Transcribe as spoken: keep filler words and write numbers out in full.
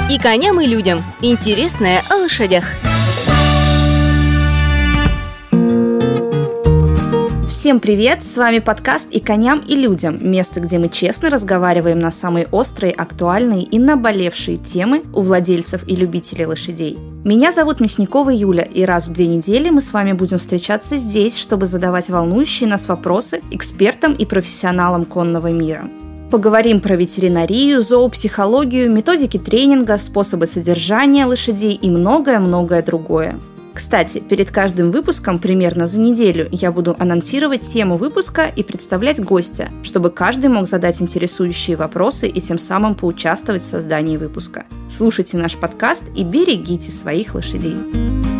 И коням, и людям. Интересное о лошадях. Всем привет! С вами подкаст «И коням, и людям» – место, где мы честно разговариваем на самые острые, актуальные и наболевшие темы у владельцев и любителей лошадей. Меня зовут Мясникова Юля, и раз в две недели мы с вами будем встречаться здесь, чтобы задавать волнующие нас вопросы экспертам и профессионалам конного мира. Поговорим про ветеринарию, зоопсихологию, методики тренинга, способы содержания лошадей и многое-многое другое. Кстати, перед каждым выпуском, примерно за неделю, я буду анонсировать тему выпуска и представлять гостя, чтобы каждый мог задать интересующие вопросы и тем самым поучаствовать в создании выпуска. Слушайте наш подкаст и берегите своих лошадей.